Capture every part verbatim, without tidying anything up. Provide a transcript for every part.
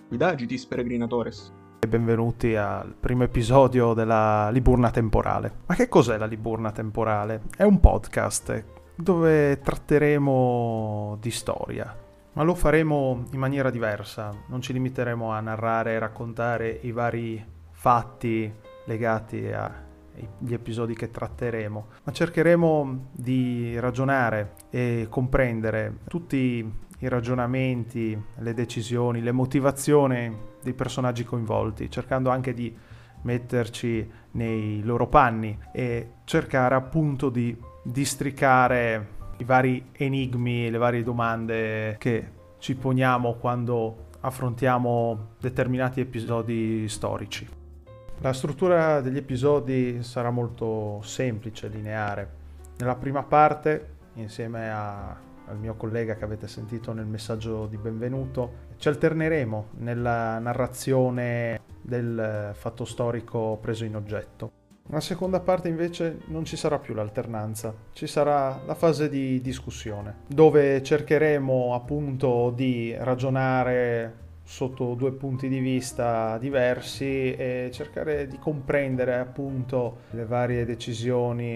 Quid agitis peregrinatores. E benvenuti al primo episodio della Liburna Temporale. Ma che cos'è la Liburna Temporale? È un podcast dove tratteremo di storia, ma lo faremo in maniera diversa. Non ci limiteremo a narrare e raccontare i vari fatti legati agli episodi che tratteremo, ma cercheremo di ragionare e comprendere tutti i ragionamenti, le decisioni, le motivazioni dei personaggi coinvolti, cercando anche di metterci nei loro panni e cercare appunto di districare i vari enigmi, le varie domande che ci poniamo quando affrontiamo determinati episodi storici. La struttura degli episodi sarà molto semplice, lineare. Nella prima parte, insieme a al mio collega che avete sentito nel messaggio di benvenuto, ci alterneremo nella narrazione del fatto storico preso in oggetto. Nella seconda parte invece non ci sarà più l'alternanza, ci sarà la fase di discussione, dove cercheremo appunto di ragionare sotto due punti di vista diversi e cercare di comprendere appunto le varie decisioni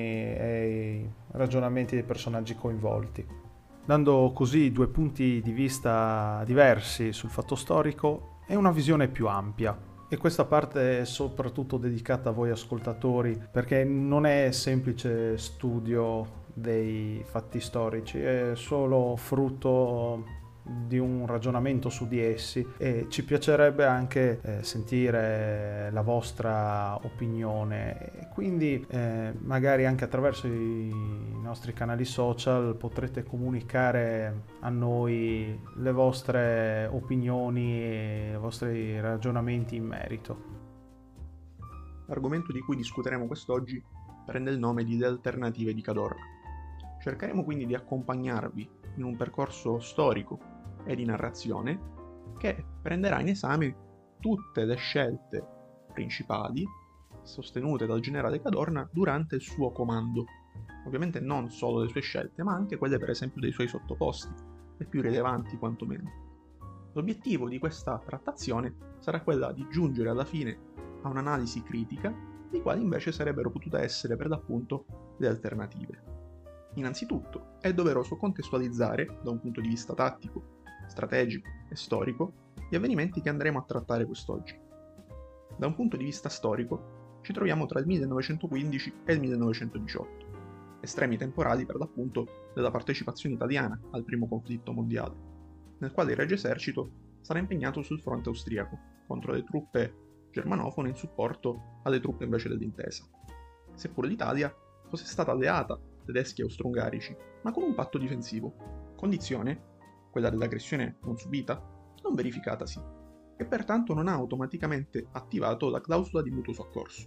e i ragionamenti dei personaggi coinvolti, dando così due punti di vista diversi sul fatto storico e una visione più ampia. E questa parte è soprattutto dedicata a voi ascoltatori, perché non è semplice studio dei fatti storici, è solo frutto di un ragionamento su di essi e ci piacerebbe anche eh, sentire la vostra opinione e quindi eh, magari anche attraverso i nostri canali social potrete comunicare a noi le vostre opinioni e i vostri ragionamenti in merito. L'argomento di cui discuteremo quest'oggi prende il nome di Le alternative di Cadorna. Cercheremo quindi di accompagnarvi in un percorso storico e di narrazione che prenderà in esame tutte le scelte principali sostenute dal generale Cadorna durante il suo comando. Ovviamente non solo le sue scelte, ma anche quelle per esempio dei suoi sottoposti, le più rilevanti quantomeno. L'obiettivo di questa trattazione sarà quella di giungere alla fine a un'analisi critica di quali invece sarebbero potute essere per l'appunto le alternative. Innanzitutto è doveroso contestualizzare, da un punto di vista tattico, strategico e storico, gli avvenimenti che andremo a trattare quest'oggi. Da un punto di vista storico ci troviamo tra il millenovecentoquindici e il millenovecentodiciotto, estremi temporali per l'appunto della partecipazione italiana al primo conflitto mondiale, nel quale il Regio Esercito sarà impegnato sul fronte austriaco contro le truppe germanofone in supporto alle truppe invece dell'intesa, seppur l'Italia fosse stata alleata tedeschi e austro-ungarici, ma con un patto difensivo, condizione, quella dell'aggressione non subita, non verificatasi, e pertanto non ha automaticamente attivato la clausola di mutuo soccorso.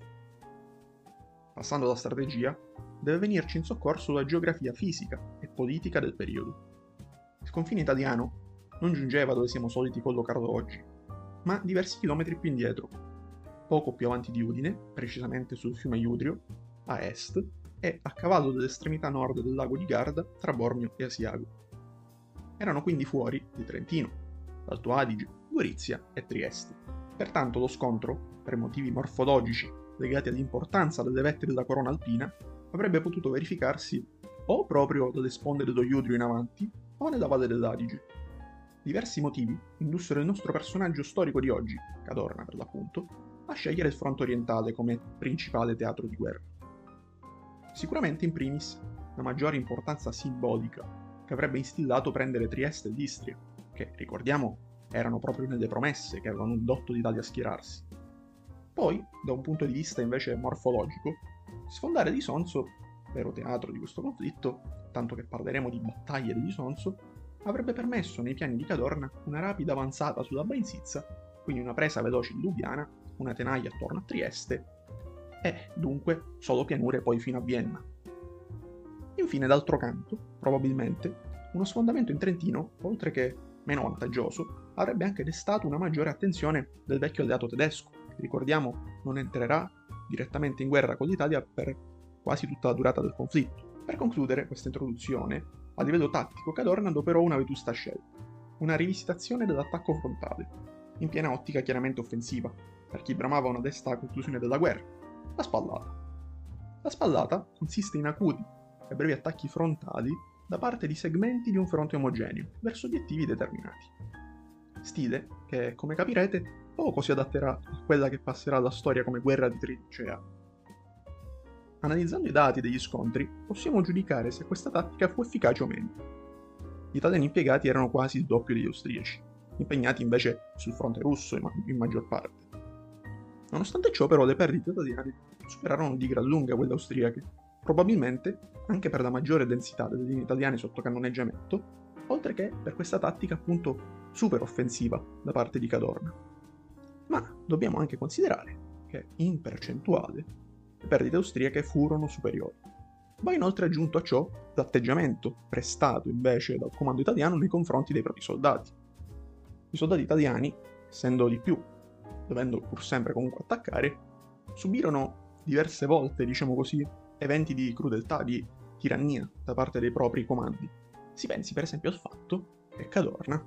Passando alla strategia, deve venirci in soccorso la geografia fisica e politica del periodo. Il confine italiano non giungeva dove siamo soliti collocarlo oggi, ma diversi chilometri più indietro, poco più avanti di Udine, precisamente sul fiume Iudrio, a est, e a cavallo dell'estremità nord del lago di Garda tra Bormio e Asiago. Erano quindi fuori di Trentino, Alto Adige, Gorizia e Trieste. Pertanto lo scontro, per motivi morfologici legati all'importanza delle vette della corona alpina, avrebbe potuto verificarsi o proprio dalle sponde dello Iudrio in avanti o nella valle dell'Adige. Diversi motivi indussero il nostro personaggio storico di oggi, Cadorna per l'appunto, a scegliere il fronte orientale come principale teatro di guerra. Sicuramente in primis la maggiore importanza simbolica che avrebbe instillato prendere Trieste ed Istria, che, ricordiamo, erano proprio nelle promesse che avevano indotto l'Italia a schierarsi. Poi, da un punto di vista invece morfologico, sfondare l'Isonzo, vero teatro di questo conflitto, tanto che parleremo di battaglie dell'Isonzo, avrebbe permesso nei piani di Cadorna una rapida avanzata sulla Bainsizza, quindi una presa veloce di Lubiana, una tenaglia attorno a Trieste, e dunque solo pianure poi fino a Vienna. Infine, d'altro canto, probabilmente, uno sfondamento in Trentino, oltre che meno vantaggioso, avrebbe anche destato una maggiore attenzione del vecchio alleato tedesco, che ricordiamo non entrerà direttamente in guerra con l'Italia per quasi tutta la durata del conflitto. Per concludere questa introduzione, a livello tattico Cadorna adoperò una vetusta scelta, una rivisitazione dell'attacco frontale. in piena ottica chiaramente offensiva, per chi bramava una desta conclusione della guerra, la spallata. La spallata consiste in acuti e brevi attacchi frontali da parte di segmenti di un fronte omogeneo verso obiettivi determinati. Stile che, come capirete, poco si adatterà a quella che passerà alla storia come guerra di trincea. Analizzando i dati degli scontri, possiamo giudicare se questa tattica fu efficace o meno. Gli italiani impiegati erano quasi il doppio degli austriaci, impegnati invece sul fronte russo in, ma- in maggior parte. Nonostante ciò, però, le perdite italiane superarono di gran lunga quelle austriache, probabilmente anche per la maggiore densità delle linee italiane sotto cannoneggiamento, oltre che per questa tattica appunto super offensiva da parte di Cadorna. Ma dobbiamo anche considerare che, in percentuale, le perdite austriache furono superiori. Va inoltre aggiunto a ciò l'atteggiamento prestato invece dal comando italiano nei confronti dei propri soldati. I soldati italiani, essendo di più, dovendo pur sempre comunque attaccare, subirono diverse volte, diciamo così, eventi di crudeltà, di tirannia da parte dei propri comandi. Si pensi per esempio al fatto che Cadorna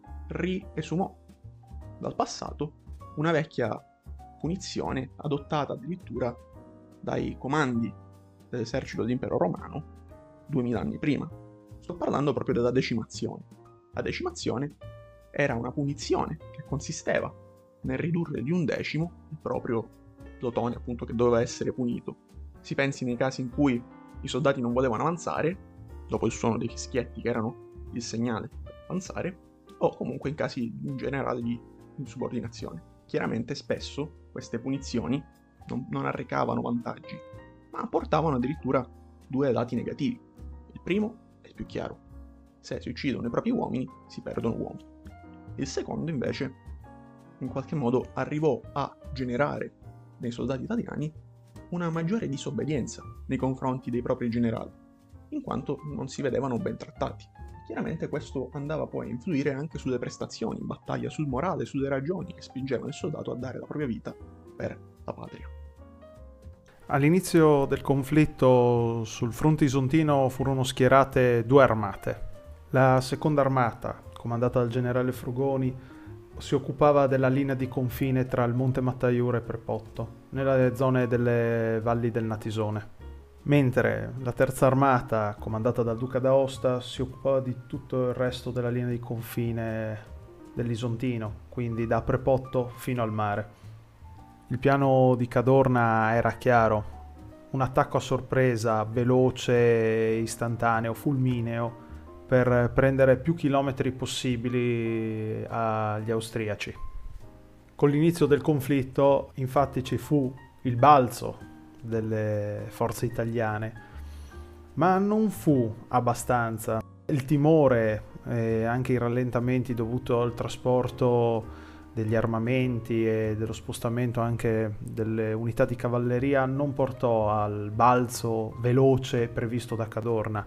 riesumò dal passato una vecchia punizione adottata addirittura dai comandi dell'esercito dell'impero romano duemila anni prima. Sto parlando proprio della decimazione. La decimazione era una punizione che consisteva nel ridurre di un decimo il proprio plotone, appunto, che doveva essere punito. Si pensi nei casi in cui i soldati non volevano avanzare, dopo il suono dei fischietti che erano il segnale per avanzare, o comunque in casi in generale di insubordinazione. Chiaramente spesso queste punizioni non, non arrecavano vantaggi, ma portavano addirittura due lati negativi. Il primo è il più chiaro: se si uccidono i propri uomini, si perdono uomini. Il secondo, invece, in qualche modo arrivò a generare nei soldati italiani una maggiore disobbedienza nei confronti dei propri generali, in quanto non si vedevano ben trattati. Chiaramente questo andava poi a influire anche sulle prestazioni in battaglia, sul morale, sulle ragioni che spingevano il soldato a dare la propria vita per la patria. All'inizio del conflitto sul fronte isontino furono schierate due armate. La seconda armata, comandata dal generale Frugoni, si occupava della linea di confine tra il Monte Mattaiure e Prepotto, nelle zone delle valli del Natisone. Mentre la terza armata, comandata dal duca d'Aosta, si occupava di tutto il resto della linea di confine dell'Isontino, quindi da Prepotto fino al mare. Il piano di Cadorna era chiaro: un attacco a sorpresa, veloce, istantaneo, fulmineo, per prendere più chilometri possibili agli austriaci. Con l'inizio del conflitto, infatti, ci fu il balzo delle forze italiane, ma non fu abbastanza. Il timore e anche i rallentamenti dovuti al trasporto degli armamenti e dello spostamento anche delle unità di cavalleria non portò al balzo veloce previsto da Cadorna.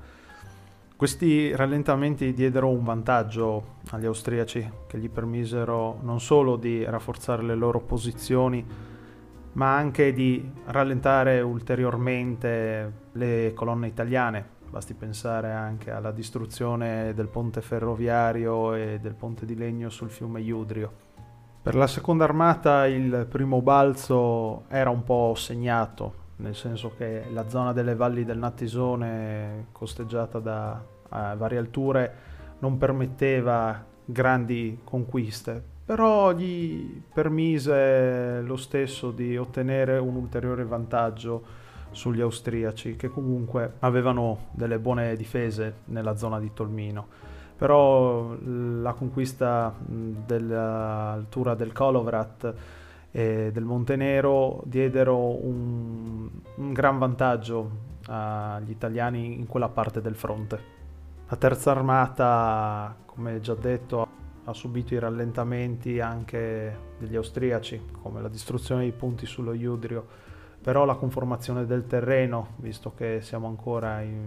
Questi rallentamenti diedero un vantaggio agli austriaci, che gli permisero non solo di rafforzare le loro posizioni, ma anche di rallentare ulteriormente le colonne italiane. Basti pensare anche alla distruzione del ponte ferroviario e del ponte di legno sul fiume Iudrio. Per la seconda armata il primo balzo era un po' segnato, nel senso che la zona delle valli del Natisone, costeggiata da eh, varie alture, non permetteva grandi conquiste, però gli permise lo stesso di ottenere un ulteriore vantaggio sugli austriaci, che comunque avevano delle buone difese nella zona di Tolmino. Però la conquista dell'altura del Kolovrat e del Monte Nero diedero un, un gran vantaggio agli italiani in quella parte del fronte. La terza armata, come già detto, ha subito i rallentamenti anche degli austriaci, come la distruzione dei punti sullo Iudrio, però la conformazione del terreno, visto che siamo ancora in,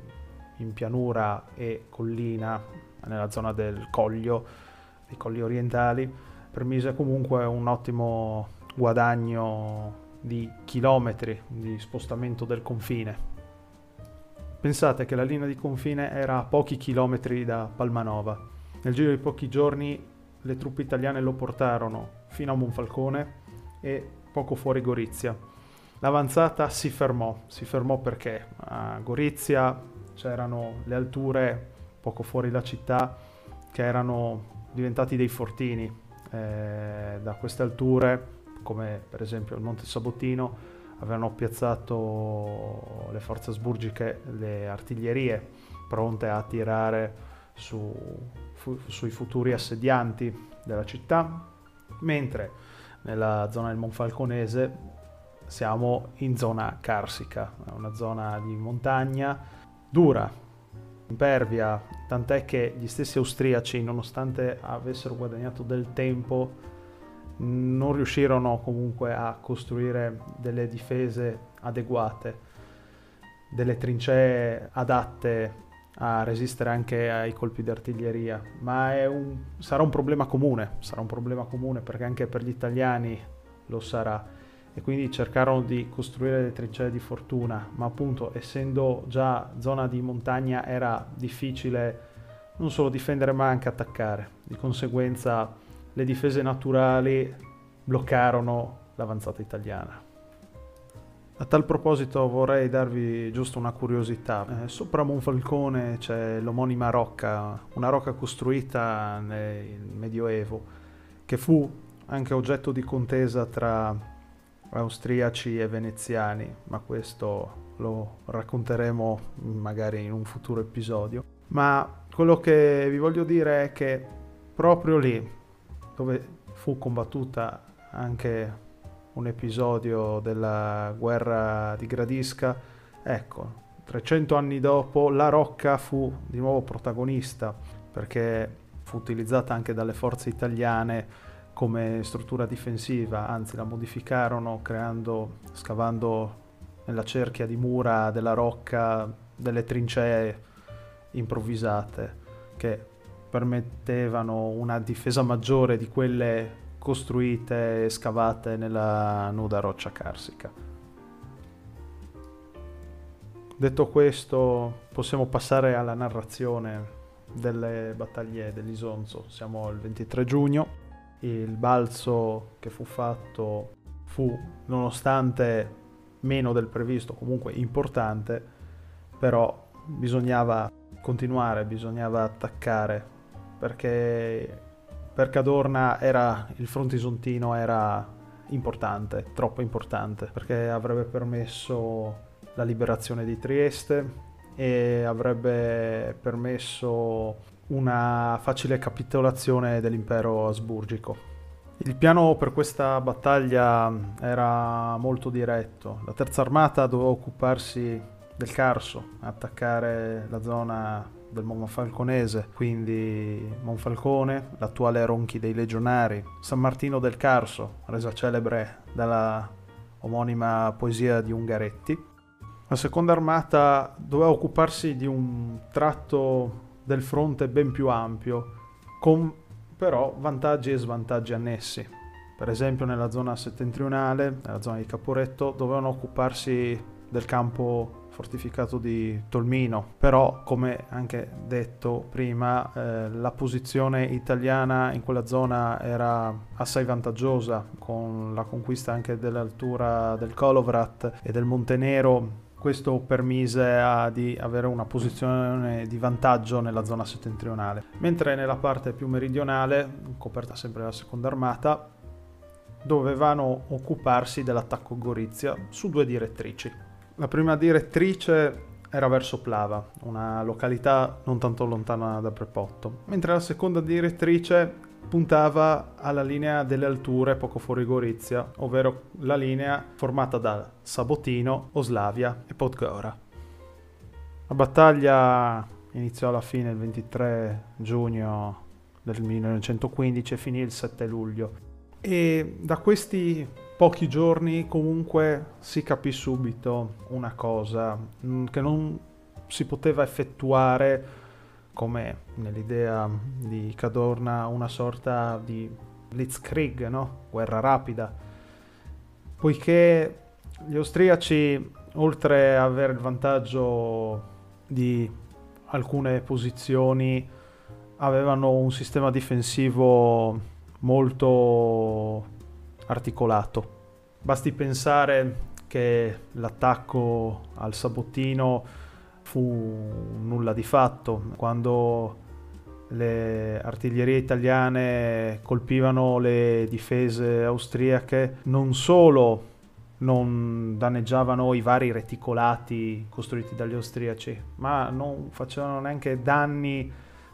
in pianura e collina, nella zona del Coglio, dei Colli orientali, permise comunque un ottimo guadagno di chilometri di spostamento del confine. Pensate che la linea di confine era a pochi chilometri da Palmanova. Nel giro di pochi giorni le truppe italiane lo portarono fino a Monfalcone e poco fuori Gorizia. L'avanzata si fermò, si fermò perché a Gorizia c'erano le alture poco fuori la città che erano diventati dei fortini. Eh, da queste alture, come per esempio il Monte Sabotino, avevano piazzato le forze asburgiche le artiglierie pronte a tirare su, fu, sui futuri assedianti della città, mentre nella zona del Monfalconese siamo in zona carsica, una zona di montagna dura, impervia, tant'è che gli stessi austriaci, nonostante avessero guadagnato del tempo, non riuscirono comunque a costruire delle difese adeguate, delle trincee adatte a resistere anche ai colpi di artiglieria, ma è un, sarà un problema comune, sarà un problema comune perché anche per gli italiani lo sarà, e quindi cercarono di costruire le trincee di fortuna, ma appunto essendo già zona di montagna era difficile non solo difendere ma anche attaccare, di conseguenza le difese naturali bloccarono l'avanzata italiana. A tal proposito vorrei darvi giusto una curiosità. Eh, sopra Monfalcone c'è l'omonima rocca, una rocca costruita nel Medioevo, che fu anche oggetto di contesa tra austriaci e veneziani, ma questo lo racconteremo magari in un futuro episodio. Ma quello che vi voglio dire è che proprio lì, dove fu combattuta anche un episodio della guerra di Gradisca, ecco, trecento anni dopo la rocca fu di nuovo protagonista, perché fu utilizzata anche dalle forze italiane come struttura difensiva, anzi la modificarono creando, scavando nella cerchia di mura della rocca delle trincee improvvisate che permettevano una difesa maggiore di quelle costruite e scavate nella nuda roccia carsica. Detto questo, possiamo passare alla narrazione delle battaglie dell'Isonzo. Siamo al ventitré giugno, il balzo che fu fatto fu, nonostante meno del previsto, comunque importante, però bisognava continuare, bisognava attaccare, perché per Cadorna era, il fronte isontino era importante, troppo importante, perché avrebbe permesso la liberazione di Trieste e avrebbe permesso una facile capitolazione dell'impero asburgico. Il piano per questa battaglia era molto diretto. La terza armata doveva occuparsi del Carso, attaccare la zona del Monfalconese, quindi Monfalcone, l'attuale Ronchi dei Legionari, San Martino del Carso, resa celebre dalla omonima poesia di Ungaretti. La seconda armata doveva occuparsi di un tratto del fronte ben più ampio, con però vantaggi e svantaggi annessi. Per esempio nella zona settentrionale, nella zona di Caporetto, dovevano occuparsi del campo fortificato di Tolmino, però come anche detto prima eh, la posizione italiana in quella zona era assai vantaggiosa, con la conquista anche dell'altura del Kolovrat e del Monte Nero. Questo permise a, di avere una posizione di vantaggio nella zona settentrionale, mentre nella parte più meridionale, coperta sempre dalla seconda armata, dovevano occuparsi dell'attacco a Gorizia su due direttrici. La prima direttrice era verso Plava, una località non tanto lontana da Prepotto, mentre la seconda direttrice puntava alla linea delle alture poco fuori Gorizia, ovvero la linea formata da Sabotino, Oslavia e Podgora. La battaglia iniziò alla fine il ventitré giugno del millenovecentoquindici e finì il sette luglio. E da questi pochi giorni comunque si capì subito una cosa, che non si poteva effettuare come nell'idea di Cadorna una sorta di blitzkrieg, no? Guerra rapida, poiché gli austriaci, oltre ad avere il vantaggio di alcune posizioni avevano un sistema difensivo molto articolato. Basti pensare che l'attacco al Sabotino fu nulla di fatto. Quando le artiglierie italiane colpivano le difese austriache, non solo non danneggiavano i vari reticolati costruiti dagli austriaci, ma non facevano neanche danni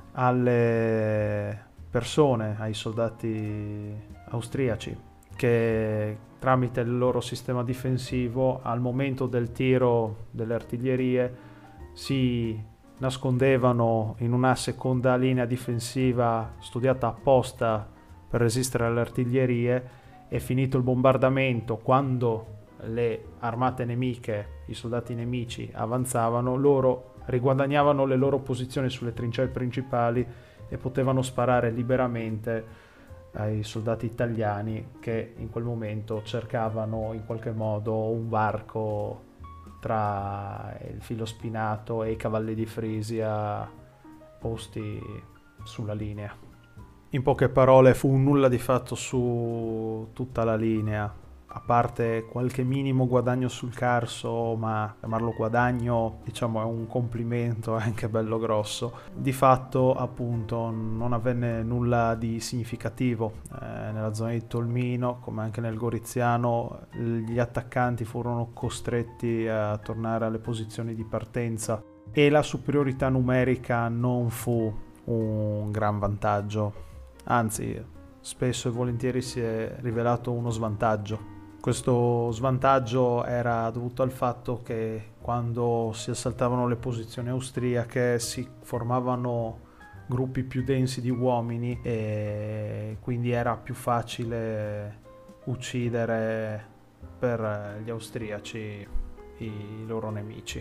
alle persone, ai soldati austriaci, che tramite il loro sistema difensivo al momento del tiro delle artiglierie si nascondevano in una seconda linea difensiva studiata apposta per resistere alle artiglierie, e finito il bombardamento, quando le armate nemiche, i soldati nemici avanzavano, loro riguadagnavano le loro posizioni sulle trincee principali e potevano sparare liberamente ai soldati italiani che in quel momento cercavano in qualche modo un varco tra il filo spinato e i cavalli di Frisia posti sulla linea. In poche parole, fu un nulla di fatto su tutta la linea, a parte qualche minimo guadagno sul Carso, ma chiamarlo guadagno, diciamo, è un complimento anche bello grosso. Di fatto, appunto, non avvenne nulla di significativo. Eh, nella zona di Tolmino, come anche nel Goriziano, gli attaccanti furono costretti a tornare alle posizioni di partenza e la superiorità numerica non fu un gran vantaggio, anzi, spesso e volentieri si è rivelato uno svantaggio. Questo svantaggio era dovuto al fatto che quando si assaltavano le posizioni austriache si formavano gruppi più densi di uomini e quindi era più facile uccidere per gli austriaci i loro nemici.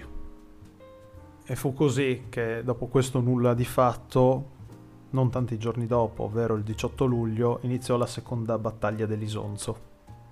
E fu così che dopo questo nulla di fatto, non tanti giorni dopo, ovvero il diciotto luglio, iniziò la seconda battaglia dell'Isonzo.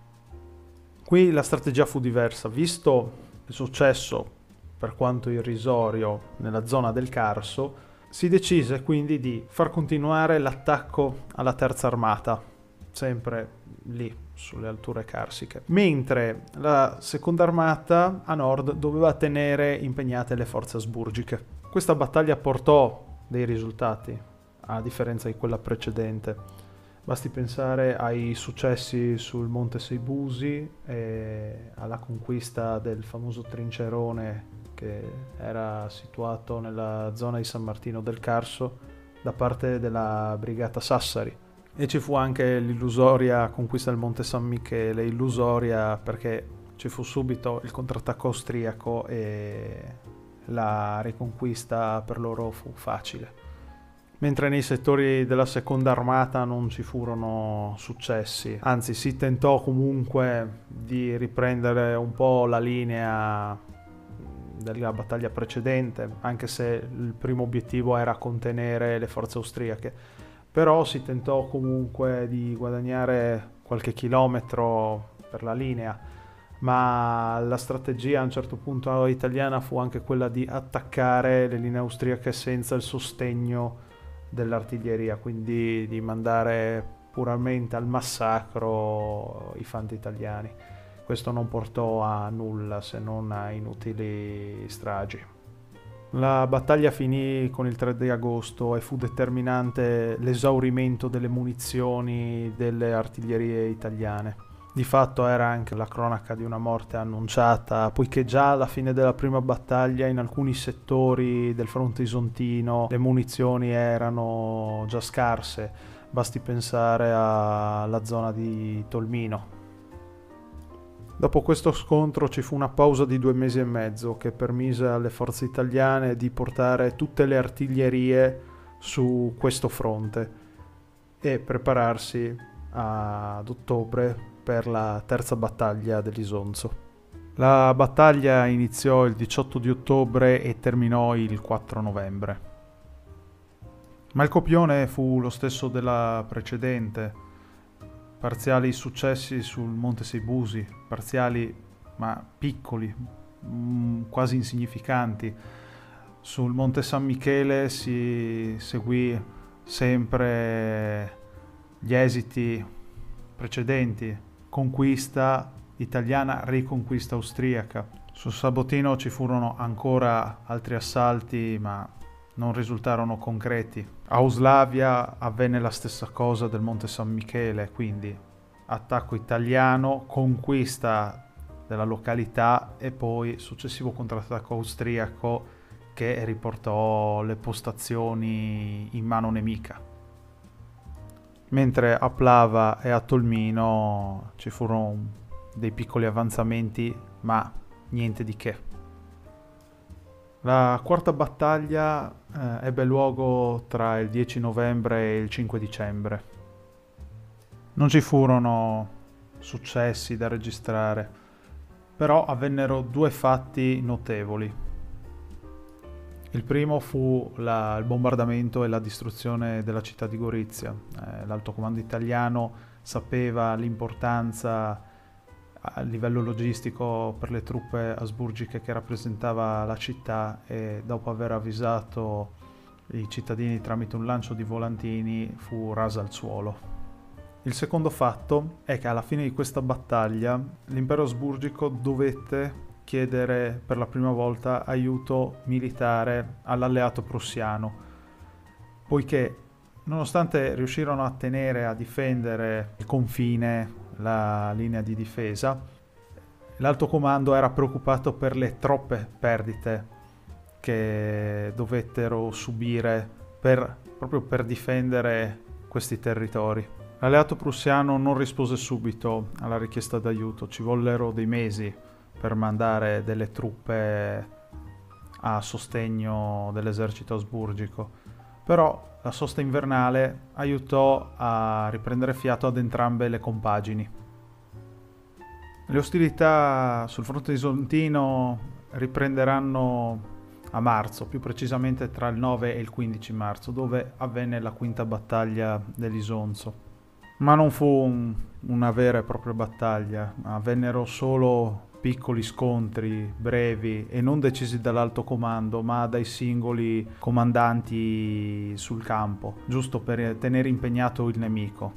Qui la strategia fu diversa, visto il successo, per quanto irrisorio, nella zona del Carso, si decise quindi di far continuare l'attacco alla terza armata, sempre lì, sulle alture carsiche, mentre la seconda armata a nord doveva tenere impegnate le forze asburgiche. Questa battaglia portò dei risultati, a differenza di quella precedente. Basti pensare ai successi sul Monte Seibusi e alla conquista del famoso Trincerone che era situato nella zona di San Martino del Carso da parte della brigata Sassari. E ci fu anche l'illusoria conquista del Monte San Michele, illusoria perché ci fu subito il contrattacco austriaco e la riconquista per loro fu facile. Mentre nei settori della seconda armata non ci furono successi, anzi si tentò comunque di riprendere un po' la linea della battaglia precedente, anche se il primo obiettivo era contenere le forze austriache, però si tentò comunque di guadagnare qualche chilometro per la linea, ma la strategia a un certo punto italiana fu anche quella di attaccare le linee austriache senza il sostegno dell'artiglieria, quindi di mandare puramente al massacro i fanti italiani. Questo non portò a nulla se non a inutili stragi. La battaglia finì con il tre di agosto e fu determinante l'esaurimento delle munizioni delle artiglierie italiane. Di fatto era anche la cronaca di una morte annunciata, poiché già alla fine della prima battaglia in alcuni settori del fronte isontino le munizioni erano già scarse, basti pensare alla zona di Tolmino. Dopo questo scontro ci fu una pausa di due mesi e mezzo che permise alle forze italiane di portare tutte le artiglierie su questo fronte e prepararsi ad ottobre per la terza battaglia dell'Isonzo. La battaglia iniziò il diciotto di ottobre e terminò il quattro novembre. Ma il copione fu lo stesso della precedente. Parziali successi sul Monte Seibusi, parziali ma piccoli, mh, quasi insignificanti. Sul Monte San Michele si seguì sempre gli esiti precedenti, conquista italiana, riconquista austriaca. Su Sabotino ci furono ancora altri assalti, ma non risultarono concreti. A Uslavia avvenne la stessa cosa del Monte San Michele, quindi attacco italiano, conquista della località e poi successivo contrattacco austriaco che riportò le postazioni in mano nemica. Mentre a Plava e a Tolmino ci furono dei piccoli avanzamenti, ma niente di che. La quarta battaglia eh, ebbe luogo tra il dieci novembre e il cinque dicembre. Non ci furono successi da registrare, però avvennero due fatti notevoli. Il primo fu la, il bombardamento e la distruzione della città di Gorizia. Eh, l'Alto Comando italiano sapeva l'importanza a livello logistico per le truppe asburgiche che rappresentava la città, e dopo aver avvisato i cittadini tramite un lancio di volantini fu rasa al suolo. Il secondo fatto è che alla fine di questa battaglia l'impero asburgico dovette chiedere per la prima volta aiuto militare all'alleato prussiano, poiché nonostante riuscirono a tenere, a difendere il confine, la linea di difesa, l'Alto Comando era preoccupato per le troppe perdite che dovettero subire per, proprio per difendere questi territori. L'alleato prussiano non rispose subito alla richiesta d'aiuto, ci vollero dei mesi per mandare delle truppe a sostegno dell'esercito asburgico, però la sosta invernale aiutò a riprendere fiato ad entrambe le compagini. Le ostilità sul fronte isontino riprenderanno a marzo, più precisamente tra il nove e il quindici marzo, dove avvenne la quinta battaglia dell'Isonzo. Ma non fu un, una vera e propria battaglia, avvennero solo piccoli scontri brevi e non decisi dall'alto comando, ma dai singoli comandanti sul campo, giusto per tenere impegnato il nemico.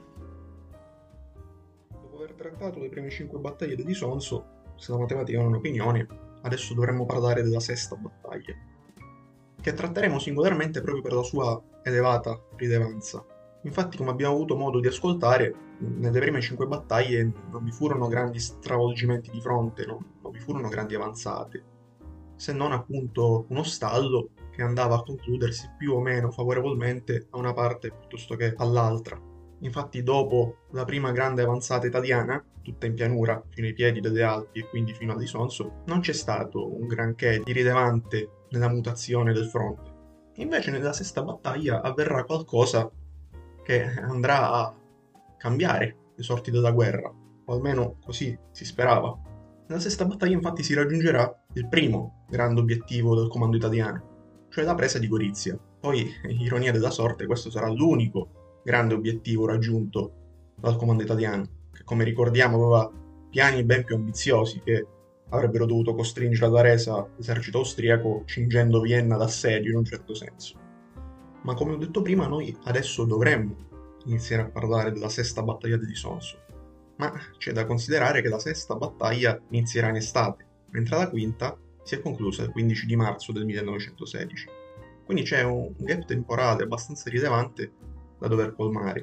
Dopo aver trattato le prime cinque battaglie dell'Isonzo, se la matematica non è un'opinione, adesso dovremmo parlare della sesta battaglia, che tratteremo singolarmente proprio per la sua elevata rilevanza. Infatti, come abbiamo avuto modo di ascoltare, nelle prime cinque battaglie non vi furono grandi stravolgimenti di fronte, non, non vi furono grandi avanzate, se non appunto uno stallo che andava a concludersi più o meno favorevolmente a una parte piuttosto che all'altra. Infatti, dopo la prima grande avanzata italiana, tutta in pianura fino ai piedi delle Alpi e quindi fino all'Isonzo, non c'è stato un granché di rilevante nella mutazione del fronte. Invece nella sesta battaglia avverrà qualcosa che andrà a cambiare le sorti della guerra, o almeno così si sperava. Nella sesta battaglia infatti si raggiungerà il primo grande obiettivo del comando italiano, cioè la presa di Gorizia. Poi, ironia della sorte, questo sarà l'unico grande obiettivo raggiunto dal comando italiano, che come ricordiamo aveva piani ben più ambiziosi che avrebbero dovuto costringere alla resa l'esercito austriaco, cingendo Vienna d'assedio in un certo senso. Ma come ho detto prima, noi adesso dovremmo iniziare a parlare della sesta battaglia dell'Isonzo. Ma c'è da considerare che la sesta battaglia inizierà in estate, mentre la quinta si è conclusa il quindici di marzo del millenovecentosedici. Quindi c'è un gap temporale abbastanza rilevante da dover colmare.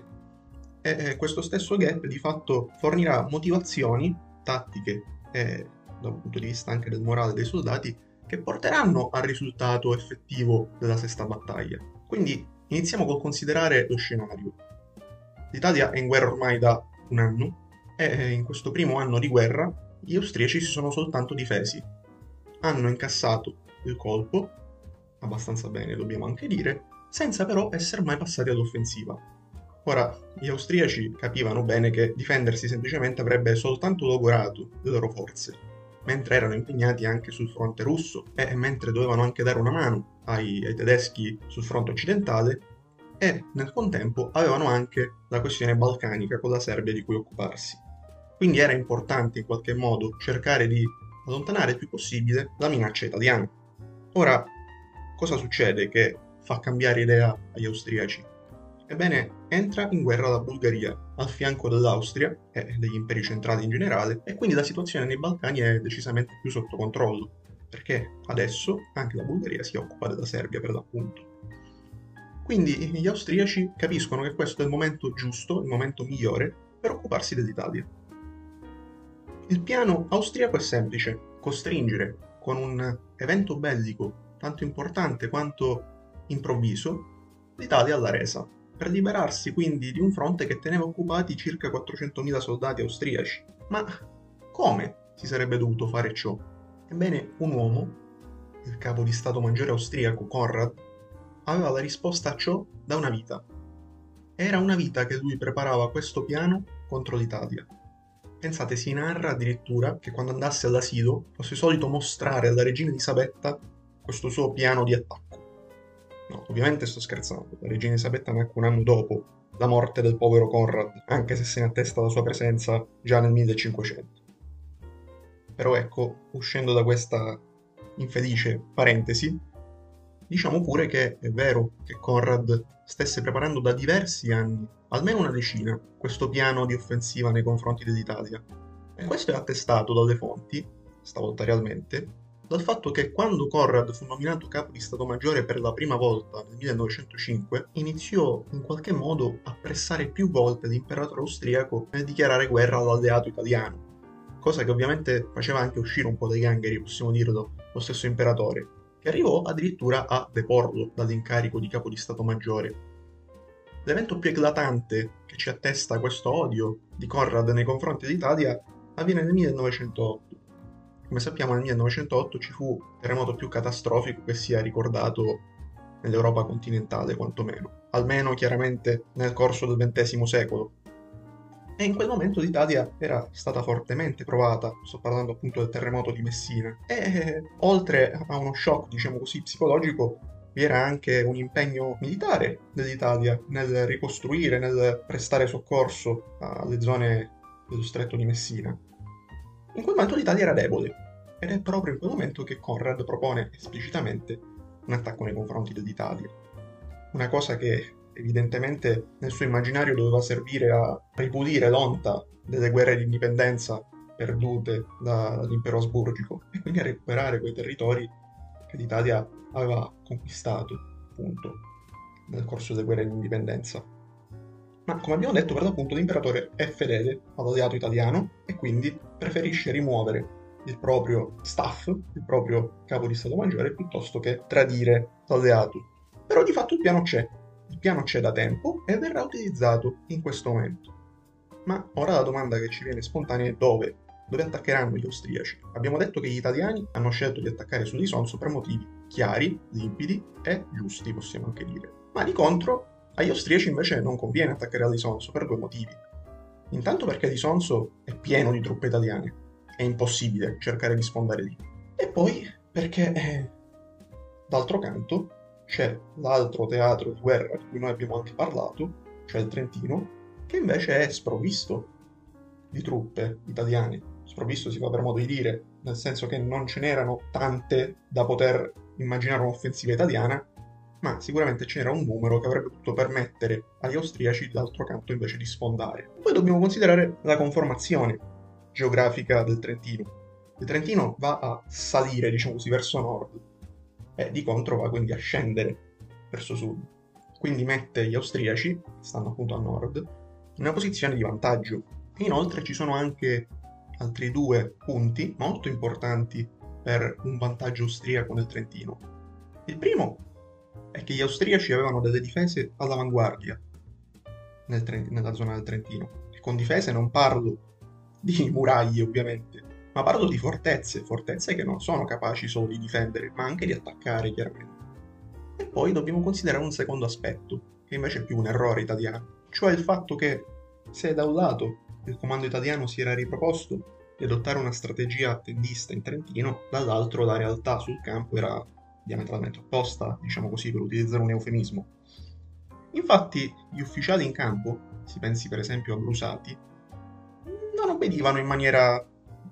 E questo stesso gap di fatto fornirà motivazioni tattiche e dal punto di vista anche del morale dei soldati che porteranno al risultato effettivo della sesta battaglia. Quindi iniziamo col considerare lo scenario. L'Italia è in guerra ormai da un anno e in questo primo anno di guerra gli austriaci si sono soltanto difesi. Hanno incassato il colpo, abbastanza bene dobbiamo anche dire, senza però essere mai passati all'offensiva. Ora, gli austriaci capivano bene che difendersi semplicemente avrebbe soltanto logorato le loro forze, mentre erano impegnati anche sul fronte russo e mentre dovevano anche dare una mano ai, ai tedeschi sul fronte occidentale, e nel contempo avevano anche la questione balcanica con la Serbia di cui occuparsi. Quindi era importante in qualche modo cercare di allontanare il più possibile la minaccia italiana. Ora, cosa succede che fa cambiare idea agli austriaci? Ebbene, entra in guerra la Bulgaria, al fianco dell'Austria e degli imperi centrali in generale, e quindi la situazione nei Balcani è decisamente più sotto controllo, perché adesso anche la Bulgaria si occupa della Serbia per l'appunto. Quindi gli austriaci capiscono che questo è il momento giusto, il momento migliore per occuparsi dell'Italia. Il piano austriaco è semplice: costringere con un evento bellico tanto importante quanto improvviso l'Italia alla resa, per liberarsi quindi di un fronte che teneva occupati circa quattrocentomila soldati austriaci. Ma come si sarebbe dovuto fare ciò? Ebbene, un uomo, il capo di Stato Maggiore austriaco Konrad, aveva la risposta a ciò da una vita. Era una vita che lui preparava questo piano contro l'Italia. Pensate, si narra addirittura che quando andasse all'asilo fosse solito mostrare alla regina Elisabetta questo suo piano di attacco. No, ovviamente sto scherzando, la regina Elisabetta nacque un anno dopo la morte del povero Konrad, anche se se ne attesta la sua presenza già nel millecinquecento. Però ecco, uscendo da questa infelice parentesi, diciamo pure che è vero che Konrad stesse preparando da diversi anni, almeno una decina, questo piano di offensiva nei confronti dell'Italia. E questo è attestato dalle fonti, stavolta realmente, dal fatto che quando Konrad fu nominato capo di Stato Maggiore per la prima volta nel millenovecentocinque, iniziò in qualche modo a pressare più volte l'imperatore austriaco nel dichiarare guerra all'alleato italiano, cosa che ovviamente faceva anche uscire un po' dai gangheri, possiamo dirlo, lo stesso imperatore, che arrivò addirittura a deporlo dall'incarico di capo di Stato Maggiore. L'evento più eclatante che ci attesta questo odio di Konrad nei confronti dell'Italia avviene nel millenovecentootto. Come sappiamo, nel millenovecentootto ci fu il terremoto più catastrofico che sia ricordato nell'Europa continentale, quantomeno, almeno chiaramente nel corso del ventesimo secolo. E in quel momento l'Italia era stata fortemente provata, sto parlando appunto del terremoto di Messina, e oltre a uno shock, diciamo così, psicologico, vi era anche un impegno militare dell'Italia nel ricostruire, nel prestare soccorso alle zone dello stretto di Messina. In quel momento l'Italia era debole, ed è proprio in quel momento che Konrad propone esplicitamente un attacco nei confronti dell'Italia. Una cosa che evidentemente nel suo immaginario doveva servire a ripulire l'onta delle guerre di indipendenza perdute dall'impero asburgico e quindi a recuperare quei territori che l'Italia aveva conquistato, appunto, nel corso delle guerre di indipendenza. Ma come abbiamo detto, per l'appunto l'imperatore è fedele all'alleato italiano e quindi preferisce rimuovere il proprio staff, il proprio capo di Stato Maggiore, piuttosto che tradire l'alleato. Però di fatto il piano c'è, il piano c'è da tempo e verrà utilizzato in questo momento. Ma ora la domanda che ci viene spontanea è dove? Dove attaccheranno gli austriaci? Abbiamo detto che gli italiani hanno scelto di attaccare sull'Isonzo per motivi chiari, limpidi e giusti, possiamo anche dire. Ma di contro, agli austriaci invece non conviene attaccare all'Isonzo per due motivi. Intanto perché l'Isonzo è pieno di truppe italiane, è impossibile cercare di sfondare lì. E poi perché, eh, d'altro canto, c'è l'altro teatro di guerra di cui noi abbiamo anche parlato, cioè il Trentino, che invece è sprovvisto di truppe italiane. Sprovvisto si fa per modo di dire, nel senso che non ce n'erano tante da poter immaginare un'offensiva italiana, ma sicuramente c'era un numero che avrebbe potuto permettere agli austriaci d'altro canto invece di sfondare. Poi dobbiamo considerare la conformazione geografica del Trentino. Il Trentino va a salire, diciamo così, verso nord e di contro va quindi a scendere verso sud. Quindi mette gli austriaci, che stanno appunto a nord, in una posizione di vantaggio. E inoltre ci sono anche altri due punti molto importanti per un vantaggio austriaco nel Trentino. Il primo è che gli austriaci avevano delle difese all'avanguardia nel Tre- nella zona del Trentino. E con difese non parlo di muraglie, ovviamente, ma parlo di fortezze, fortezze che non sono capaci solo di difendere, ma anche di attaccare, chiaramente. E poi dobbiamo considerare un secondo aspetto, che invece è più un errore italiano, cioè il fatto che se da un lato il comando italiano si era riproposto di adottare una strategia attendista in Trentino, dall'altro la realtà sul campo era diametralmente opposta, diciamo così, per utilizzare un eufemismo. Infatti gli ufficiali in campo, si pensi per esempio a Brusati, non obbedivano in maniera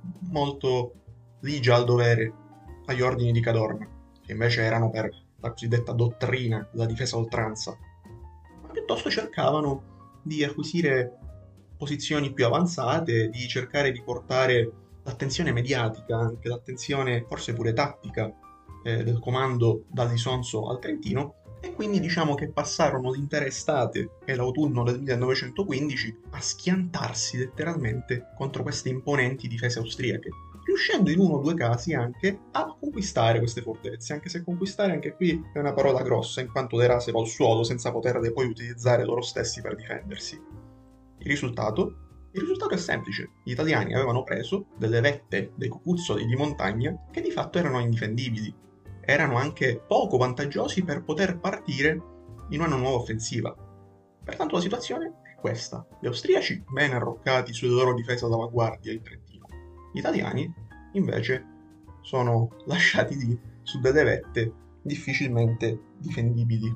molto ligia al dovere agli ordini di Cadorna, che invece erano per la cosiddetta dottrina della difesa a oltranza. piuttosto cercavano di acquisire posizioni più avanzate, di cercare di portare l'attenzione mediatica, anche l'attenzione forse pure tattica eh, del comando dall'Isonzo al Trentino, e quindi diciamo che passarono l'intera estate e l'autunno del millenovecentoquindici a schiantarsi letteralmente contro queste imponenti difese austriache, riuscendo in uno o due casi anche a conquistare queste fortezze, anche se conquistare anche qui è una parola grossa, in quanto le rasero al suolo senza poterle poi utilizzare loro stessi per difendersi. Il risultato? Il risultato è semplice. Gli italiani avevano preso delle vette, dei cocuzzoli di montagna che di fatto erano indifendibili. Erano anche poco vantaggiosi per poter partire in una nuova offensiva. Pertanto la situazione è questa. Gli austriaci ben arroccati sulle loro difese d'avanguardia in Trentino. Gli italiani, invece, sono lasciati lì su delle vette difficilmente difendibili.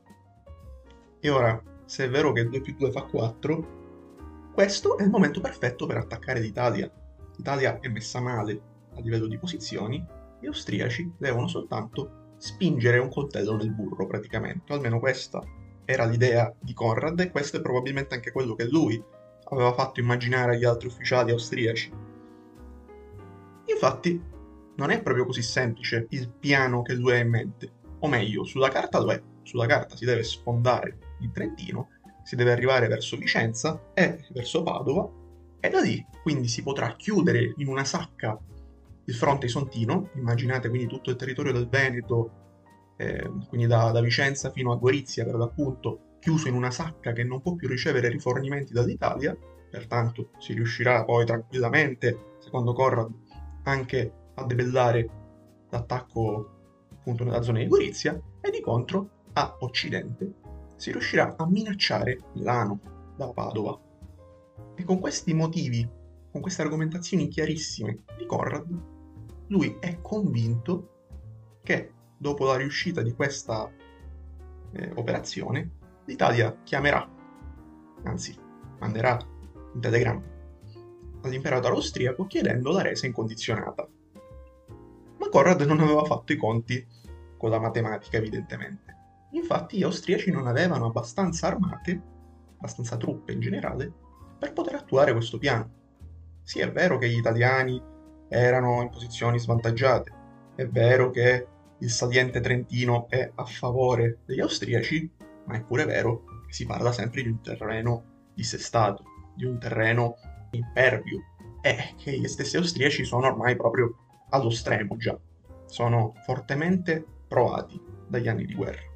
E ora, se è vero che due più due fa quattro, questo è il momento perfetto per attaccare l'Italia. L'Italia è messa male a livello di posizioni, gli austriaci devono soltanto spingere un coltello nel burro praticamente, almeno questa era l'idea di Conrad e questo è probabilmente anche quello che lui aveva fatto immaginare agli altri ufficiali austriaci. Infatti non è proprio così semplice il piano che lui ha in mente, o meglio, sulla carta lo è, sulla carta si deve sfondare in Trentino, si deve arrivare verso Vicenza e verso Padova e da lì quindi si potrà chiudere in una sacca il fronte isontino, immaginate quindi tutto il territorio del Veneto, eh, quindi da, da Vicenza fino a Gorizia per l'appunto, chiuso in una sacca che non può più ricevere rifornimenti dall'Italia, pertanto si riuscirà poi tranquillamente, secondo Conrad, anche a debellare l'attacco appunto nella zona di Gorizia, e di contro a occidente si riuscirà a minacciare Milano da Padova. E con questi motivi, con queste argomentazioni chiarissime di Conrad, lui è convinto che dopo la riuscita di questa eh, operazione, l'Italia chiamerà, anzi manderà un telegramma all'imperatore austriaco chiedendo la resa incondizionata. Ma Conrad non aveva fatto i conti con la matematica, evidentemente. Infatti gli austriaci non avevano abbastanza armate, abbastanza truppe in generale, per poter attuare questo piano. Sì, è vero che gli italiani erano in posizioni svantaggiate, è vero che il saliente trentino è a favore degli austriaci, ma è pure vero che si parla sempre di un terreno dissestato, di un terreno impervio, e che gli stessi austriaci sono ormai proprio allo stremo già, sono fortemente provati dagli anni di guerra.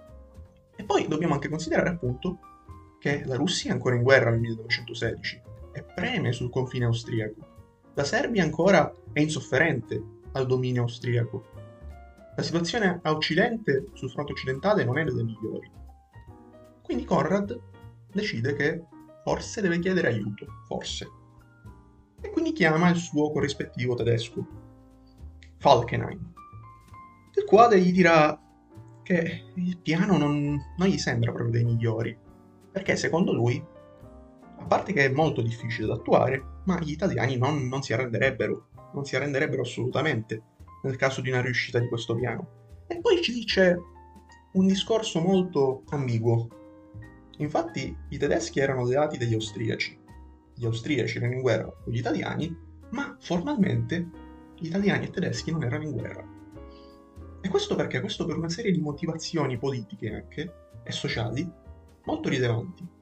E poi dobbiamo anche considerare appunto che la Russia è ancora in guerra nel millenovecentosedici e preme sul confine austriaco. La Serbia ancora è insofferente al dominio austriaco. La situazione a occidente, sul fronte occidentale, non è delle migliori. Quindi Conrad decide che forse deve chiedere aiuto, forse. E quindi chiama il suo corrispettivo tedesco, Falkenhayn, il quale gli dirà che il piano non, non gli sembra proprio dei migliori, perché secondo lui, a parte che è molto difficile da attuare, ma gli italiani non, non si arrenderebbero, non si arrenderebbero assolutamente nel caso di una riuscita di questo piano. E poi ci dice un discorso molto ambiguo. Infatti i tedeschi erano alleati degli austriaci, gli austriaci erano in guerra con gli italiani, ma formalmente gli italiani e i tedeschi non erano in guerra. E questo perché? Questo per una serie di motivazioni politiche anche, e sociali, molto rilevanti.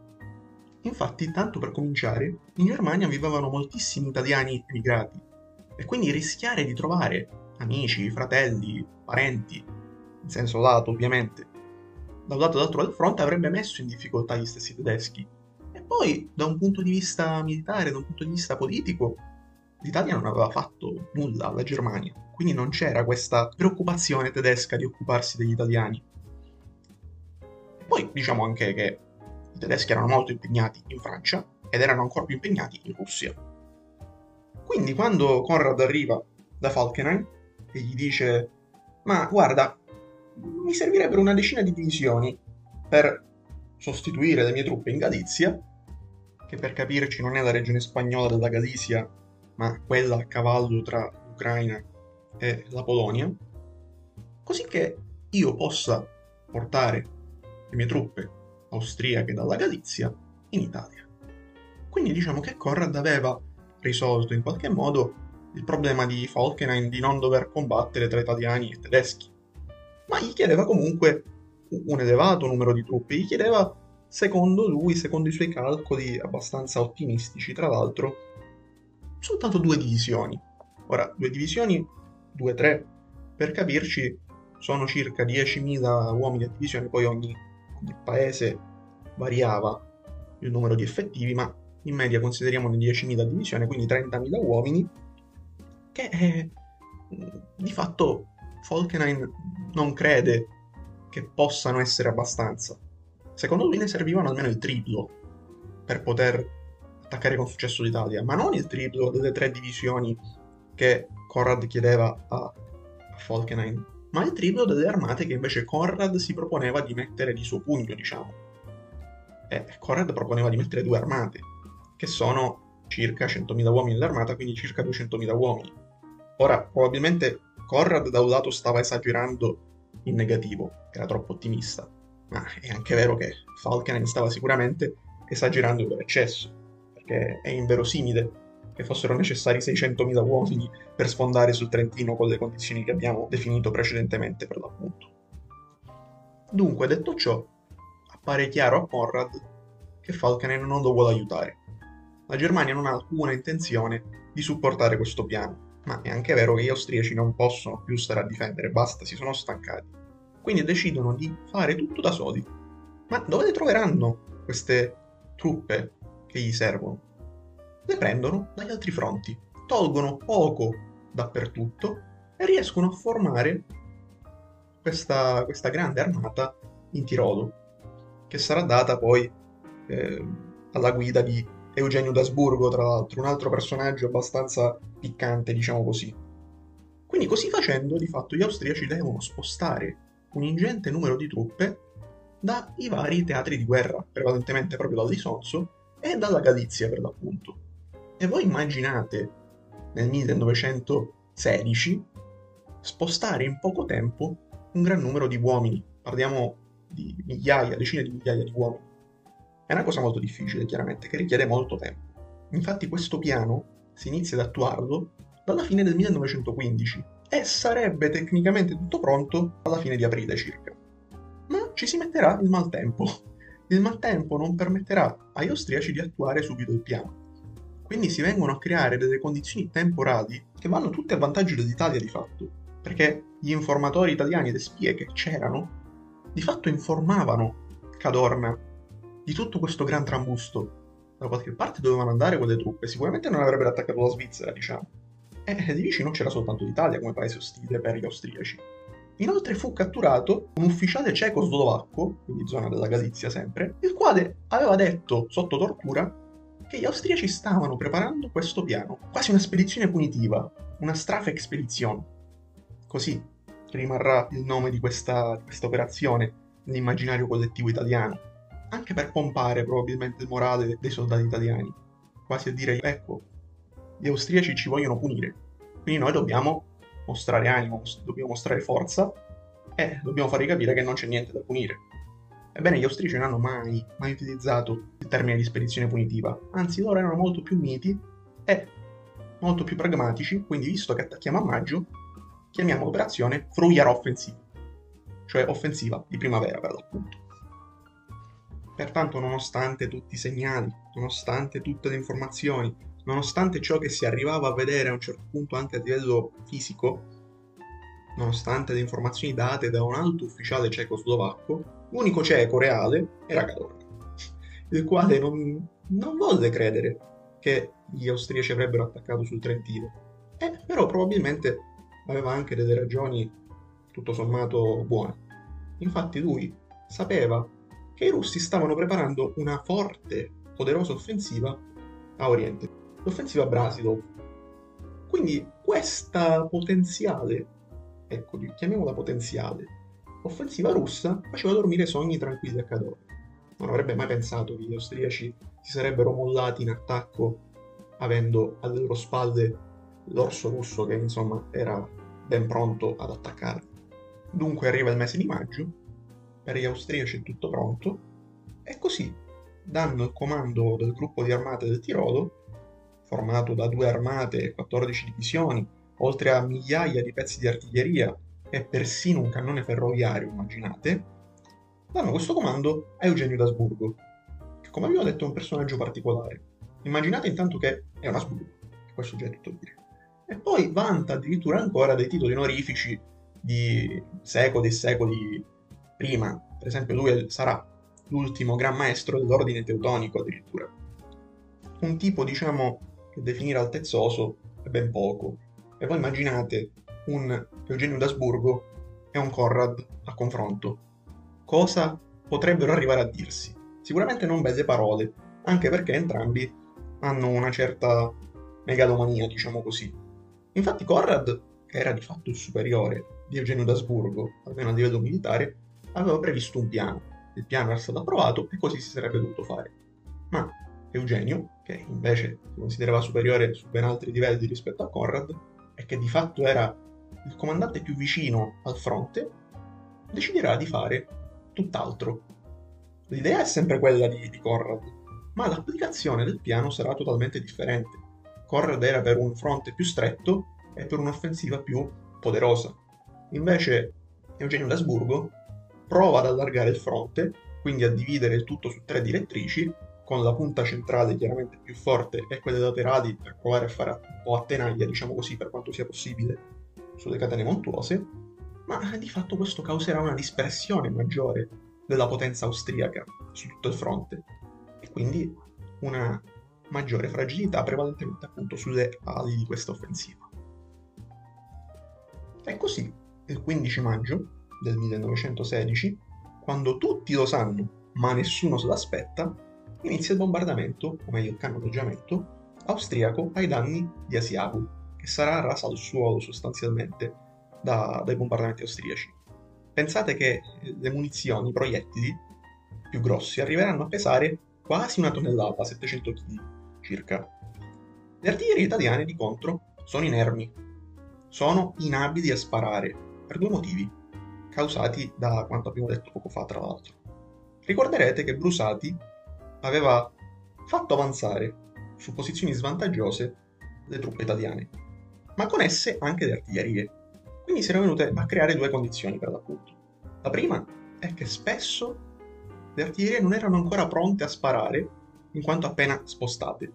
Infatti, tanto per cominciare, in Germania vivevano moltissimi italiani emigrati, e quindi rischiare di trovare amici, fratelli, parenti, in senso lato ovviamente, da un lato e dall'altro del fronte avrebbe messo in difficoltà gli stessi tedeschi. E poi, da un punto di vista militare, da un punto di vista politico, l'Italia non aveva fatto nulla alla Germania, quindi non c'era questa preoccupazione tedesca di occuparsi degli italiani. E poi diciamo anche che i tedeschi erano molto impegnati in Francia ed erano ancora più impegnati in Russia. Quindi quando Conrad arriva da Falkenhayn e gli dice «Ma guarda, mi servirebbero una decina di divisioni per sostituire le mie truppe in Galizia», che per capirci non è la regione spagnola della Galizia, ma quella a cavallo tra l'Ucraina e la Polonia, così che io possa portare le mie truppe austriache dalla Galizia in Italia. Quindi diciamo che Conrad aveva risolto in qualche modo il problema di Falkenhayn di non dover combattere tra italiani e tedeschi, ma gli chiedeva comunque un elevato numero di truppe, gli chiedeva, secondo lui, secondo i suoi calcoli abbastanza ottimistici, tra l'altro, soltanto due divisioni. Ora, due divisioni, due, tre, per capirci, sono circa diecimila uomini a divisione, poi ogni, ogni paese variava il numero di effettivi, ma in media consideriamo diecimila a divisione, quindi trentamila uomini, che eh, di fatto Falkenhayn non crede che possano essere abbastanza. Secondo lui ne servivano almeno il triplo per poter attaccare con successo l'Italia, ma non il triplo delle tre divisioni che Conrad chiedeva a, a Falkenhayn, ma il triplo delle armate che invece Conrad si proponeva di mettere di suo pugno, diciamo. E Conrad proponeva di mettere due armate, che sono circa centomila uomini nell'armata, quindi circa duecentomila uomini. Ora, probabilmente Conrad da un lato stava esagerando in negativo, era troppo ottimista, ma è anche vero che Falkenhayn stava sicuramente esagerando per eccesso, perché è inverosimile che fossero necessari seicentomila uomini per sfondare sul Trentino con le condizioni che abbiamo definito precedentemente, per l'appunto. Dunque, detto ciò, appare chiaro a Conrad che Falkenhayn non lo vuole aiutare. La Germania non ha alcuna intenzione di supportare questo piano, ma è anche vero che gli austriaci non possono più stare a difendere, basta, si sono stancati. Quindi decidono di fare tutto da soli. Ma dove le troveranno queste truppe che gli servono? Le prendono dagli altri fronti, tolgono poco dappertutto e riescono a formare questa, questa grande armata in Tirolo, che sarà data poi eh, alla guida di Eugenio d'Asburgo, tra l'altro, un altro personaggio abbastanza piccante, diciamo così. Quindi così facendo, di fatto, gli austriaci devono spostare un ingente numero di truppe dai vari teatri di guerra, prevalentemente proprio dall'Isonzo e dalla Galizia, per l'appunto. E voi immaginate, nel millenovecentosedici, spostare in poco tempo un gran numero di uomini, parliamo di migliaia, decine di migliaia di uomini. È una cosa molto difficile, chiaramente, che richiede molto tempo. Infatti questo piano si inizia ad attuarlo dalla fine del millenovecentoquindici e sarebbe tecnicamente tutto pronto alla fine di aprile circa. Ma ci si metterà il maltempo. Il maltempo non permetterà agli austriaci di attuare subito il piano. Quindi si vengono a creare delle condizioni temporali che vanno tutte a vantaggio dell'Italia di fatto, perché gli informatori italiani e le spie che c'erano di fatto informavano Cadorna di tutto questo gran trambusto. Da qualche parte dovevano andare quelle truppe, sicuramente non avrebbero attaccato la Svizzera, diciamo. E di vicino c'era soltanto l'Italia come paese ostile per gli austriaci. Inoltre fu catturato un ufficiale cecoslovacco, quindi zona della Galizia sempre, il quale aveva detto sotto tortura che gli austriaci stavano preparando questo piano, quasi una spedizione punitiva, una Strafexpedition. Così rimarrà il nome di questa, di questa operazione nell'immaginario collettivo italiano, anche per pompare probabilmente il morale dei soldati italiani, quasi a dire, ecco, gli austriaci ci vogliono punire, quindi noi dobbiamo mostrare animo, dobbiamo mostrare forza e dobbiamo fargli capire che non c'è niente da punire. Ebbene, gli austriaci non hanno mai, mai utilizzato il termine di spedizione punitiva, anzi loro erano molto più miti e molto più pragmatici, quindi visto che attacchiamo a maggio, chiamiamo l'operazione Frühjahr Offensive, cioè offensiva di primavera per l'appunto. Pertanto, nonostante tutti i segnali, nonostante tutte le informazioni, nonostante ciò che si arrivava a vedere a un certo punto anche a livello fisico, nonostante le informazioni date da un alto ufficiale cecoslovacco, l'unico ceco reale era Cadorna, il quale non, non volle credere che gli austriaci avrebbero attaccato sul Trentino, eh, però probabilmente aveva anche delle ragioni tutto sommato buone. Infatti lui sapeva che i russi stavano preparando una forte, poderosa offensiva a oriente, l'offensiva Brasilov. Quindi questa potenziale, ecco, chiamiamola potenziale, offensiva russa faceva dormire sogni tranquilli a Cadorna. Non avrebbe mai pensato che gli austriaci si sarebbero mollati in attacco avendo alle loro spalle l'orso russo che insomma era ben pronto ad attaccare. Dunque arriva il mese di maggio, per gli austriaci è tutto pronto E così danno il comando del gruppo di armate del Tirolo, formato da due armate e quattordici divisioni, oltre a migliaia di pezzi di artiglieria e persino un cannone ferroviario, immaginate, danno questo comando a Eugenio d'Asburgo, che come abbiamo detto è un personaggio particolare. Immaginate intanto che è un Asburgo, e questo già è tutto dire. E poi vanta addirittura ancora dei titoli onorifici di secoli e secoli prima. Per esempio lui sarà l'ultimo gran maestro dell'ordine teutonico addirittura. Un tipo, diciamo, che definire altezzoso è ben poco. E voi immaginate un Eugenio d'Asburgo e un Conrad a confronto. Cosa potrebbero arrivare a dirsi? Sicuramente non belle parole, anche perché entrambi hanno una certa megalomania, diciamo così. Infatti Conrad, che era di fatto il superiore di Eugenio d'Asburgo, almeno a livello militare, aveva previsto un piano. Il piano era stato approvato e così si sarebbe dovuto fare. Ma Eugenio, che invece si considerava superiore su ben altri livelli rispetto a Conrad, e che di fatto era il comandante più vicino al fronte, deciderà di fare tutt'altro. L'idea è sempre quella di, di Conrad, ma l'applicazione del piano sarà totalmente differente. Conrad era per un fronte più stretto e per un'offensiva più poderosa. Invece Eugenio d'Asburgo prova ad allargare il fronte, quindi a dividere il tutto su tre direttrici, con la punta centrale chiaramente più forte e quelle laterali per provare a fare un po' a tenaglia, diciamo così, per quanto sia possibile, sulle catene montuose, ma di fatto questo causerà una dispersione maggiore della potenza austriaca su tutto il fronte e quindi una maggiore fragilità prevalentemente appunto sulle ali di questa offensiva. E così, il quindici maggio del millenovecentosedici, quando tutti lo sanno ma nessuno se l'aspetta, inizia il bombardamento, o meglio il cannoneggiamento, austriaco ai danni di Asiago, che sarà rasa al suolo sostanzialmente da, dai bombardamenti austriaci. Pensate che le munizioni, i proiettili più grossi arriveranno a pesare quasi una tonnellata, settecento chili circa. Le artiglierie italiane, di contro, sono inermi, sono inabili a sparare, per due motivi, causati da quanto abbiamo detto poco fa, tra l'altro. Ricorderete che Brusati aveva fatto avanzare su posizioni svantaggiose le truppe italiane, ma con esse anche le artiglierie. Quindi si erano venute a creare due condizioni per l'appunto. La prima è che spesso le artiglierie non erano ancora pronte a sparare in quanto appena spostate.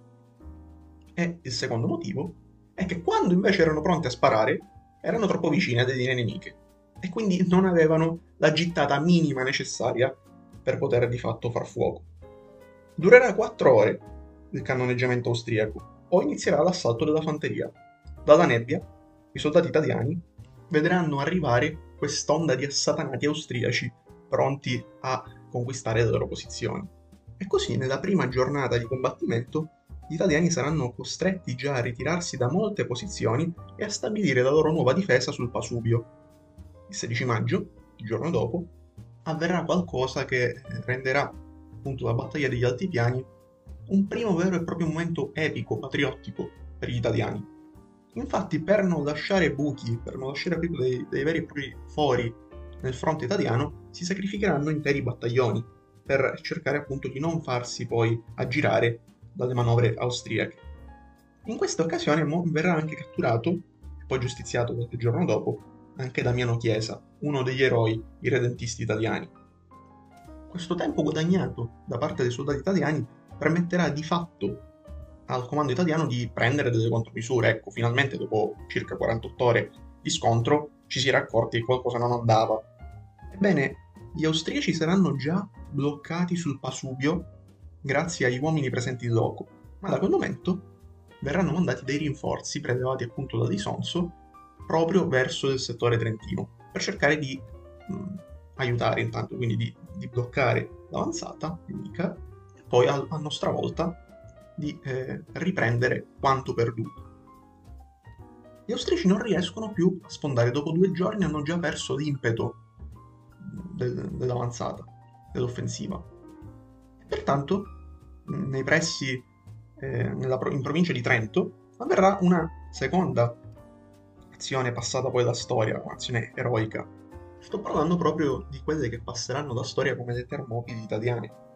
E il secondo motivo è che quando invece erano pronte a sparare erano troppo vicine alle linee nemiche e quindi non avevano la gittata minima necessaria per poter di fatto far fuoco. Durerà quattro ore il cannoneggiamento austriaco, poi inizierà l'assalto della fanteria. Dalla nebbia i soldati italiani vedranno arrivare quest'onda di assatanati austriaci pronti a conquistare le loro posizioni. E così nella prima giornata di combattimento gli italiani saranno costretti già a ritirarsi da molte posizioni e a stabilire la loro nuova difesa sul Pasubio. Il sedici maggio, il giorno dopo, avverrà qualcosa che renderà appunto la battaglia degli Altipiani un primo vero e proprio momento epico, patriottico per gli italiani. Infatti, per non lasciare buchi, per non lasciare dei, dei veri e propri fori nel fronte italiano, si sacrificheranno interi battaglioni per cercare appunto di non farsi poi aggirare dalle manovre austriache. In questa occasione Mo verrà anche catturato e poi giustiziato qualche giorno dopo anche Damiano Chiesa, uno degli eroi irredentisti italiani. Questo tempo guadagnato da parte dei soldati italiani permetterà di fatto al comando italiano di prendere delle contromisure. Ecco, finalmente dopo circa quarantotto ore di scontro ci si era accorti che qualcosa non andava. Ebbene, gli austriaci saranno già bloccati sul Pasubio grazie agli uomini presenti in loco, ma da quel momento verranno mandati dei rinforzi prelevati appunto da D'Isonzo proprio verso il settore trentino per cercare di mh, aiutare intanto, quindi di, di bloccare l'avanzata nemica e poi a, a nostra volta di eh, riprendere quanto perduto. Gli austriaci non riescono più a sfondare, dopo due giorni hanno già perso l'impeto del, dell'avanzata, dell'offensiva. E pertanto nei pressi, eh, nella, in provincia di Trento, avverrà una seconda azione passata poi alla storia, un'azione eroica. Sto parlando proprio di quelle che passeranno alla storia come le Termopili italiane.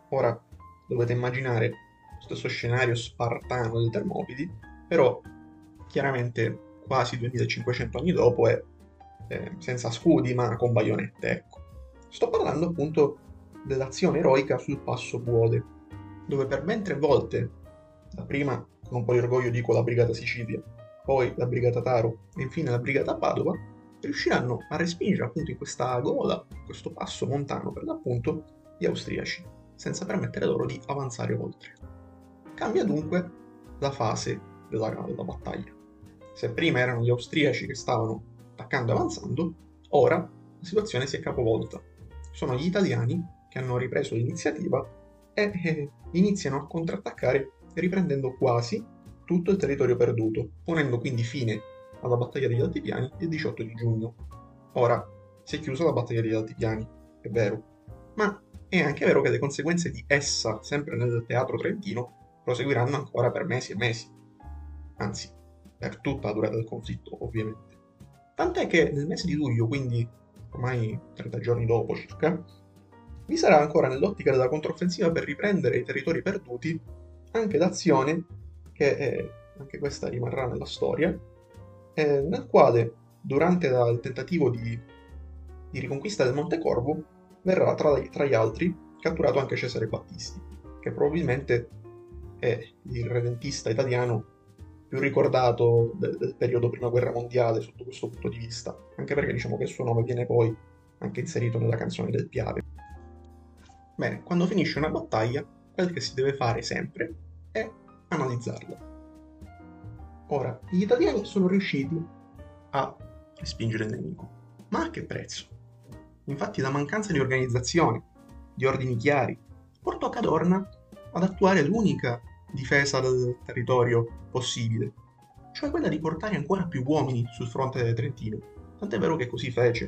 Ora dovete immaginare lo stesso scenario spartano delle Termopili, però chiaramente quasi duemilacinquecento anni dopo e eh, senza scudi ma con baionette, ecco. Sto parlando appunto dell'azione eroica sul passo Buode, dove per ben tre volte, la prima con un po' di orgoglio dico la Brigata Sicilia, poi la Brigata Taro e infine la Brigata Padova, riusciranno a respingere appunto in questa gola, in questo passo montano per l'appunto, gli austriaci, senza permettere loro di avanzare oltre. Cambia dunque la fase della, della battaglia. Se prima erano gli austriaci che stavano attaccando e avanzando, ora la situazione si è capovolta. Sono gli italiani che hanno ripreso l'iniziativa e eh, iniziano a contrattaccare riprendendo quasi tutto il territorio perduto, ponendo quindi fine alla battaglia degli Altipiani il diciotto di giugno. Ora, si è chiusa la battaglia degli Altipiani, è vero, ma è anche vero che le conseguenze di essa, sempre nel teatro trentino, proseguiranno ancora per mesi e mesi, anzi, per tutta la durata del conflitto, ovviamente. Tant'è che nel mese di luglio, quindi ormai trenta giorni dopo circa, vi sarà ancora nell'ottica della controffensiva per riprendere i territori perduti anche l'azione, che è, anche questa rimarrà nella storia, eh, nel quale, durante la, il tentativo di, di riconquista del Monte Corvo, verrà tra, tra gli altri catturato anche Cesare Battisti, che probabilmente è il redentista italiano più ricordato del, del periodo prima guerra mondiale sotto questo punto di vista, anche perché diciamo che il suo nome viene poi anche inserito nella canzone del Piave. Bene, quando finisce una battaglia, quel che si deve fare sempre è analizzarla. Ora, gli italiani sono riusciti a respingere il nemico, ma a che prezzo? Infatti la mancanza di organizzazione, di ordini chiari, portò Cadorna ad attuare l'unica difesa del territorio possibile, cioè quella di portare ancora più uomini sul fronte del Trentino. Tant'è vero che così fece.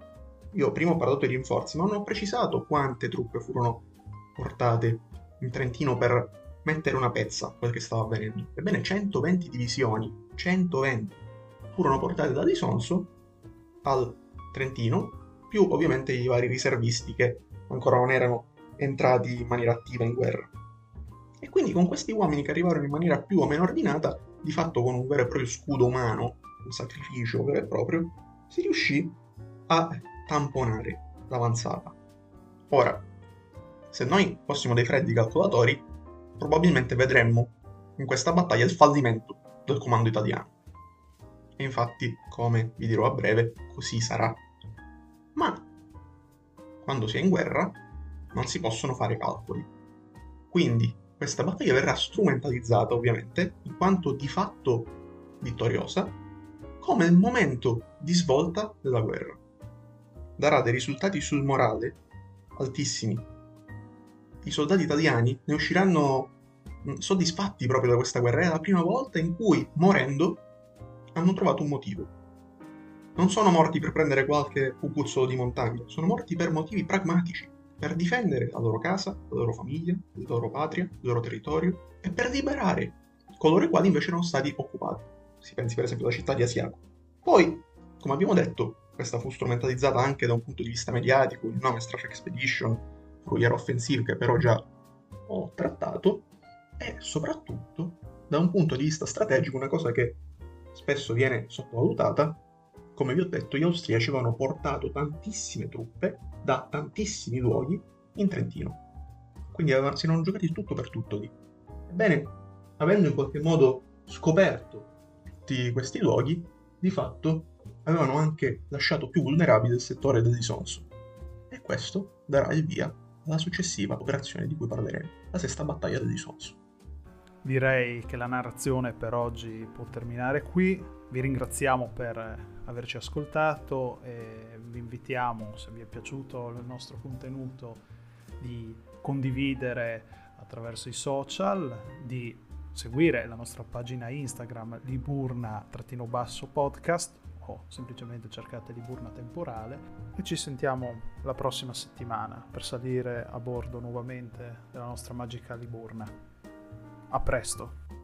Io prima ho parlato di rinforzi, ma non ho precisato quante truppe furono portate in Trentino per mettere una pezza a quel che stava avvenendo. Ebbene, centoventi divisioni, centoventi, furono portate da Di Sonzo al Trentino, più ovviamente i vari riservisti che ancora non erano entrati in maniera attiva in guerra. E quindi con questi uomini che arrivarono in maniera più o meno ordinata, di fatto con un vero e proprio scudo umano, un sacrificio vero e proprio, si riuscì a tamponare l'avanzata. Ora, se noi fossimo dei freddi calcolatori, probabilmente vedremmo in questa battaglia il fallimento del comando italiano. E infatti, come vi dirò a breve, così sarà. Ma quando si è in guerra non si possono fare calcoli. Quindi questa battaglia verrà strumentalizzata ovviamente, in quanto di fatto vittoriosa, come il momento di svolta della guerra. Darà dei risultati sul morale altissimi. I soldati italiani ne usciranno soddisfatti proprio da questa guerra. È la prima volta in cui, morendo, hanno trovato un motivo. Non sono morti per prendere qualche cucuzzolo di montagna, sono morti per motivi pragmatici, per difendere la loro casa, la loro famiglia, la loro patria, il loro territorio e per liberare coloro i quali invece erano stati occupati. Si pensi per esempio alla città di Asiago. Poi, come abbiamo detto, questa fu strumentalizzata anche da un punto di vista mediatico, il nome Strafe Expedition, Fourier Offensive, che però già ho trattato, e soprattutto da un punto di vista strategico una cosa che spesso viene sottovalutata. Come vi ho detto, gli austriaci avevano portato tantissime truppe da tantissimi luoghi in Trentino, quindi avevano, si erano giocati tutto per tutto lì. Ebbene, avendo in qualche modo scoperto tutti questi luoghi, di fatto avevano anche lasciato più vulnerabile il settore del Di Sonzo, e questo darà il via alla successiva operazione di cui parleremo, la sesta battaglia del Di Sonzo. Direi che la narrazione per oggi può terminare qui. Vi ringraziamo per averci ascoltato e vi invitiamo, se vi è piaciuto il nostro contenuto, di condividere attraverso i social, di seguire la nostra pagina Instagram Liburna-podcast o semplicemente cercate Liburna Temporale, e ci sentiamo la prossima settimana per salire a bordo nuovamente della nostra magica Liburna. A presto!